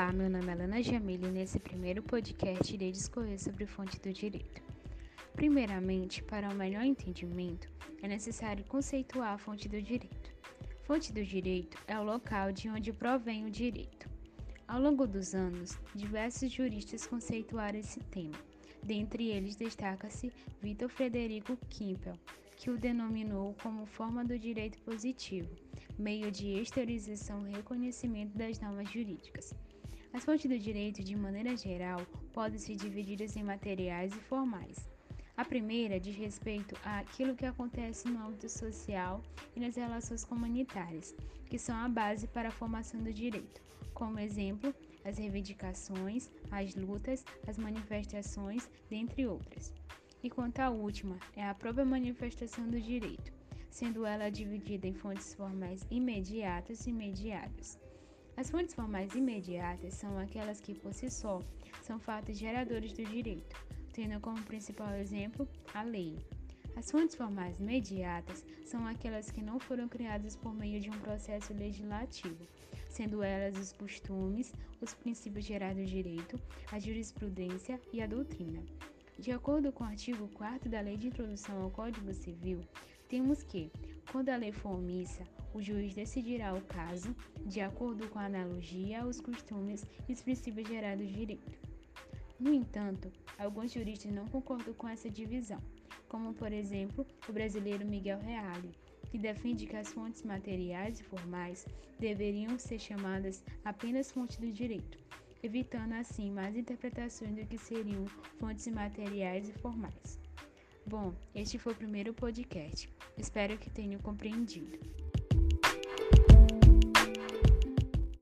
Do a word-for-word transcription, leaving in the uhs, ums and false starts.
Olá, meu nome é Lana Jamile e nesse primeiro podcast irei discorrer sobre fonte do direito. Primeiramente, para um melhor entendimento, é necessário conceituar a fonte do direito. Fonte do direito é o local de onde provém o direito. Ao longo dos anos, diversos juristas conceituaram esse tema. Dentre eles destaca-se Victor Frederico Kimpel, que o denominou como forma do direito positivo, meio de exteriorização e reconhecimento das normas jurídicas. As fontes do direito, de maneira geral, podem ser divididas em materiais e formais. A primeira diz respeito àquilo que acontece no âmbito social e nas relações comunitárias, que são a base para a formação do direito, como exemplo, as reivindicações, as lutas, as manifestações, dentre outras. E quanto à última, é a própria manifestação do direito, sendo ela dividida em fontes formais imediatas e imediatas. As fontes formais imediatas são aquelas que, por si só, são fatos geradores do direito, tendo como principal exemplo a lei. As fontes formais imediatas são aquelas que não foram criadas por meio de um processo legislativo, sendo elas os costumes, os princípios gerados do direito, a jurisprudência e a doutrina. De acordo com o artigo quarto da Lei de Introdução ao Código Civil, temos que, quando a lei for omissa, o juiz decidirá o caso de acordo com a analogia aos costumes e os princípios gerados do direito. No entanto, alguns juristas não concordam com essa divisão, como, por exemplo, o brasileiro Miguel Reale, que defende que as fontes materiais e formais deveriam ser chamadas apenas fontes do direito, evitando assim mais interpretações do que seriam fontes materiais e formais. Bom, este foi o primeiro podcast. Espero que tenham compreendido.